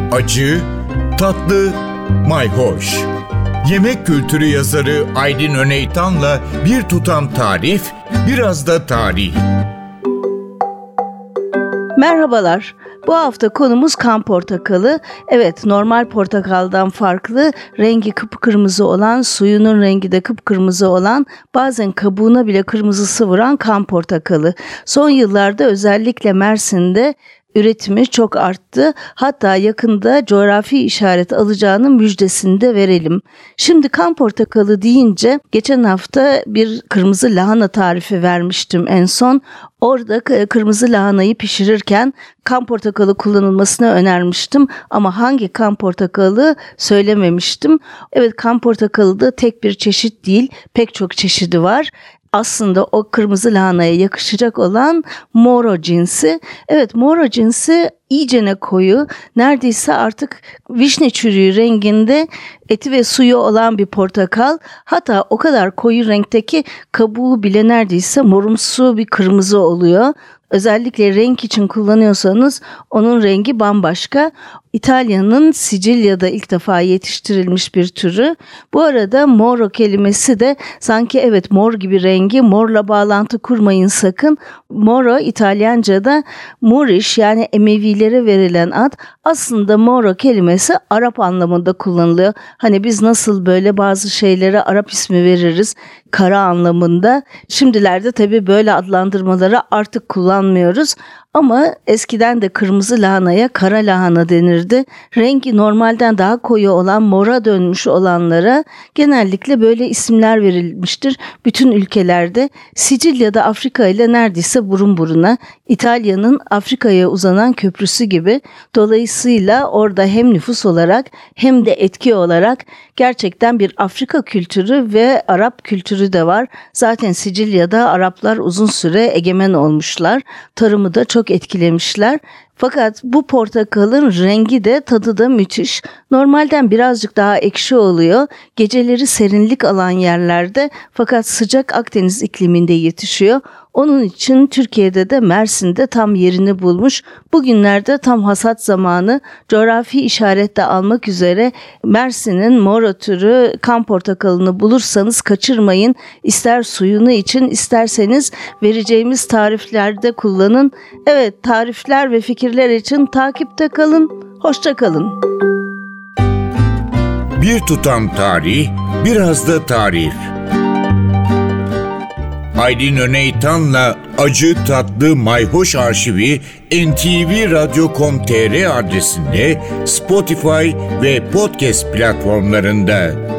acı, tatlı, mayhoş. Yemek kültürü yazarı Aydin Öneytan'la bir tutam tarif, biraz da tarih. Merhabalar. Bu hafta konumuz kan portakalı. Evet, normal portakaldan farklı, rengi kıpkırmızı olan, suyunun rengi de kıpkırmızı olan, bazen kabuğuna bile kırmızısı vuran kan portakalı. Son yıllarda özellikle Mersin'de üretimi çok arttı. Hatta yakında coğrafi işaret alacağının müjdesini de verelim. Şimdi kan portakalı deyince geçen hafta bir kırmızı lahana tarifi vermiştim en son. Orada kırmızı lahanayı pişirirken kan portakalı kullanılmasını önermiştim ama hangi kan portakalı söylememiştim. Evet, kan portakalı da tek bir çeşit değil, pek çok çeşidi var. Aslında o kırmızı lahanaya yakışacak olan moro cinsi. Evet, moro cinsi iyicene koyu, neredeyse artık vişne çürüğü renginde eti ve suyu olan bir portakal. Hatta o kadar koyu renkte ki kabuğu bile neredeyse morumsu bir kırmızı oluyor. Özellikle renk için kullanıyorsanız onun rengi bambaşka. İtalya'nın Sicilya'da ilk defa yetiştirilmiş bir türü. Bu arada moro kelimesi de sanki evet mor gibi rengi, morla bağlantı kurmayın sakın. Moro İtalyanca'da Moorish, yani Emevilere verilen ad. Aslında moro kelimesi Arap anlamında kullanılıyor. Hani biz nasıl böyle bazı şeylere Arap ismi veririz, kara anlamında. Şimdilerde tabii böyle adlandırmaları artık kullanmıyoruz. Ama eskiden de kırmızı lahanaya kara lahana denirdi. Rengi normalden daha koyu olan, mora dönmüş olanlara genellikle böyle isimler verilmiştir. Bütün ülkelerde Sicilya'da Afrika ile neredeyse burun buruna, İtalya'nın Afrika'ya uzanan köprüsü gibi. Dolayısıyla orada hem nüfus olarak hem de etki olarak gerçekten bir Afrika kültürü ve Arap kültürü de var. Zaten Sicilya'da Araplar uzun süre egemen olmuşlar. Tarımı da çok etkilemişler. Fakat bu portakalın rengi de tadı da müthiş. Normalden birazcık daha ekşi oluyor. Geceleri serinlik alan yerlerde fakat sıcak Akdeniz ikliminde yetişiyor. Onun için Türkiye'de de Mersin'de tam yerini bulmuş. Bugünlerde tam hasat zamanı, coğrafi işaretle almak üzere Mersin'in moro türü kan portakalını bulursanız kaçırmayın. İster suyunu için, isterseniz vereceğimiz tariflerde kullanın. Evet, tarifler ve fikirler için takipte kalın. Hoşça kalın. Bir tutam tarih, biraz da tarif. Aydin Öneytan'la acı tatlı mayhoş arşivi ntvradio.com.tr adresinde, Spotify ve podcast platformlarında.